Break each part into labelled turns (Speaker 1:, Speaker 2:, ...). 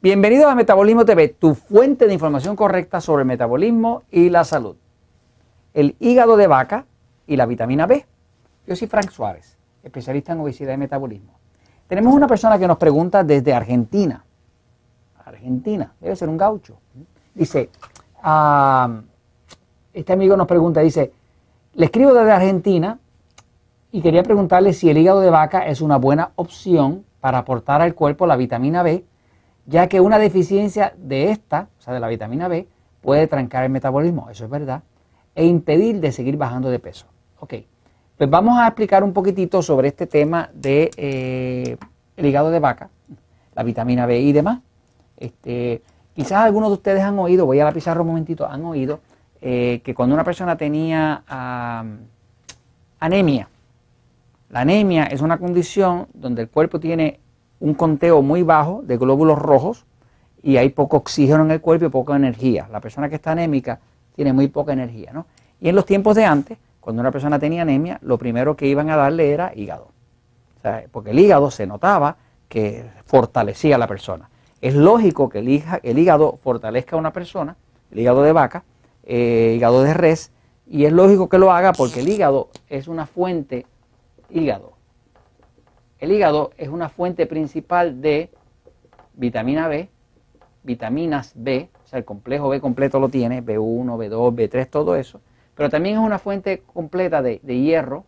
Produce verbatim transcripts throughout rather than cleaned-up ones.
Speaker 1: Bienvenidos a Metabolismo T V, tu fuente de información correcta sobre el metabolismo y la salud. El hígado de vaca y la vitamina B. Yo soy Frank Suárez, especialista en obesidad y metabolismo. Tenemos una persona que nos pregunta desde Argentina. Argentina, debe ser un gaucho. Dice, uh, este amigo nos pregunta, dice, le escribo desde Argentina y quería preguntarle si el hígado de vaca es una buena opción para aportar al cuerpo la vitamina B, ya que una deficiencia de esta, o sea, de la vitamina B, puede trancar el metabolismo, eso es verdad, e impedir de seguir bajando de peso. Ok, pues vamos a explicar un poquitito sobre este tema de eh, el hígado de vaca, la vitamina B y demás. Este, quizás algunos de ustedes han oído, voy a la pizarra un momentito, han oído eh, que cuando una persona tenía um, anemia, la anemia es una condición donde el cuerpo tiene un conteo muy bajo de glóbulos rojos y hay poco oxígeno en el cuerpo y poca energía. La persona que está anémica tiene muy poca energía, ¿no? Y en los tiempos de antes, cuando una persona tenía anemia, lo primero que iban a darle era hígado. O sea, porque el hígado se notaba que fortalecía a la persona. Es lógico que el, el hígado fortalezca a una persona, el hígado de vaca, eh, hígado de res, y es lógico que lo haga porque el hígado es una fuente, hígado, El hígado es una fuente principal de vitamina B, vitaminas B, o sea, el complejo B completo lo tiene, B uno, B dos, B tres, todo eso, pero también es una fuente completa de, de hierro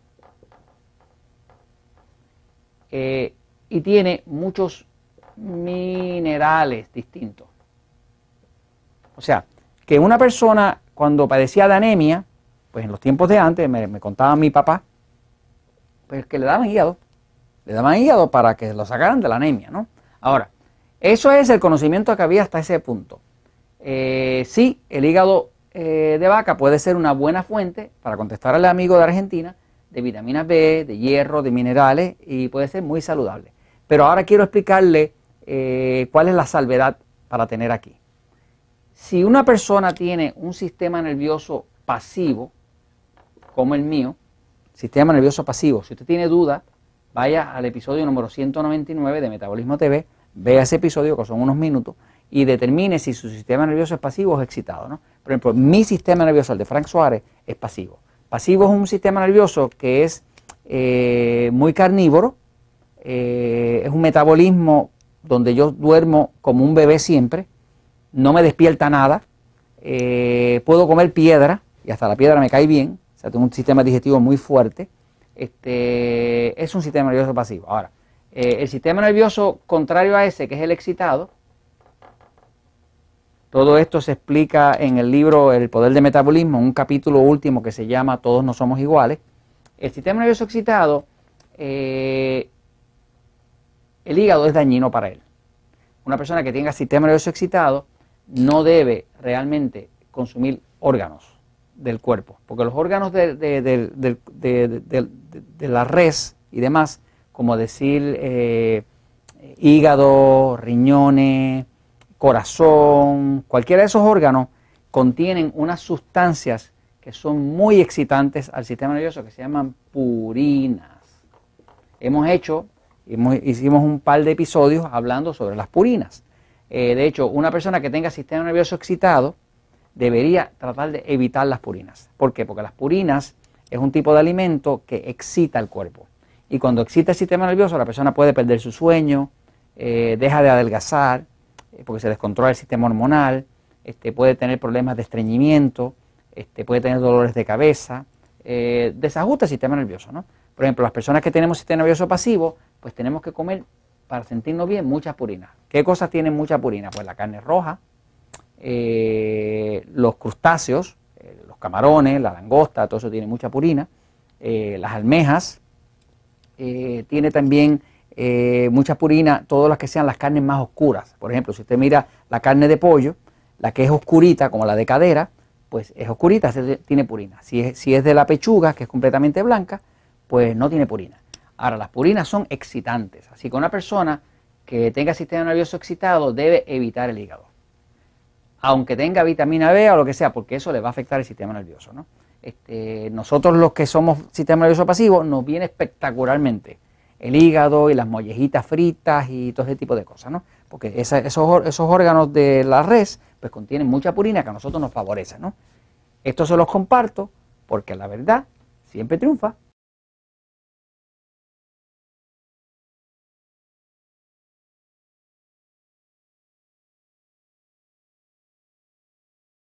Speaker 1: eh, y tiene muchos minerales distintos. O sea, que una persona cuando padecía de anemia, pues en los tiempos de antes, me, me contaba mi papá, pues que le daban hígado. Le daban hígado para que lo sacaran de la anemia, ¿no? Ahora, eso es el conocimiento que había hasta ese punto. Eh, sí, el hígado eh, de vaca puede ser una buena fuente, para contestar al amigo de Argentina, de vitamina B, de hierro, de minerales, y puede ser muy saludable. Pero ahora quiero explicarle eh, cuál es la salvedad para tener aquí. Si una persona tiene un sistema nervioso pasivo, como el mío, sistema nervioso pasivo, si usted tiene duda, vaya al episodio número ciento noventa y nueve de Metabolismo T V, vea ese episodio que son unos minutos y determine si su sistema nervioso es pasivo o es excitado, ¿no? Por ejemplo, mi sistema nervioso, el de Frank Suárez, es pasivo. Pasivo es un sistema nervioso que es eh, muy carnívoro, eh, es un metabolismo donde yo duermo como un bebé siempre, no me despierta nada, eh, puedo comer piedra y hasta la piedra me cae bien, o sea, tengo un sistema digestivo muy fuerte. Este, es un sistema nervioso pasivo. Ahora, eh, el sistema nervioso contrario a ese, que es el excitado, todo esto se explica en el libro El Poder del Metabolismo, un capítulo último que se llama Todos no somos iguales. El sistema nervioso excitado, eh, el hígado es dañino para él. Una persona que tenga sistema nervioso excitado no debe realmente consumir órganos del cuerpo, porque los órganos de, de, de, de, de, de, de, de la res y demás, como decir eh, hígado, riñones, corazón, cualquiera de esos órganos contienen unas sustancias que son muy excitantes al sistema nervioso que se llaman purinas. Hemos hecho, hemos, hicimos un par de episodios hablando sobre las purinas. Eh, de hecho, una persona que tenga sistema nervioso excitado debería tratar de evitar las purinas. ¿Por qué? Porque las purinas es un tipo de alimento que excita el cuerpo. Y cuando excita el sistema nervioso, la persona puede perder su sueño, eh, deja de adelgazar, eh, porque se descontrola el sistema hormonal, este, puede tener problemas de estreñimiento, este, puede tener dolores de cabeza, eh, desajusta el sistema nervioso, ¿no? Por ejemplo, las personas que tenemos sistema nervioso pasivo, pues tenemos que comer, para sentirnos bien, muchas purinas. ¿Qué cosas tienen mucha purina? Pues la carne roja, Eh, los crustáceos, eh, los camarones, la langosta, todo eso tiene mucha purina, eh, las almejas, eh, tiene también eh, mucha purina, todas las que sean las carnes más oscuras. Por ejemplo, si usted mira la carne de pollo, la que es oscurita, como la de cadera, pues es oscurita, tiene purina. Si es, si es de la pechuga, que es completamente blanca, pues no tiene purina. Ahora, las purinas son excitantes, así que una persona que tenga sistema nervioso excitado debe evitar el hígado, aunque tenga vitamina B o lo que sea, porque eso le va a afectar el sistema nervioso, ¿no? Este, nosotros los que somos sistema nervioso pasivo nos viene espectacularmente el hígado y las mollejitas fritas y todo ese tipo de cosas, ¿no? Porque esa, esos, esos órganos de la res pues contienen mucha purina que a nosotros nos favorece, ¿no? Esto se los comparto porque la verdad siempre triunfa.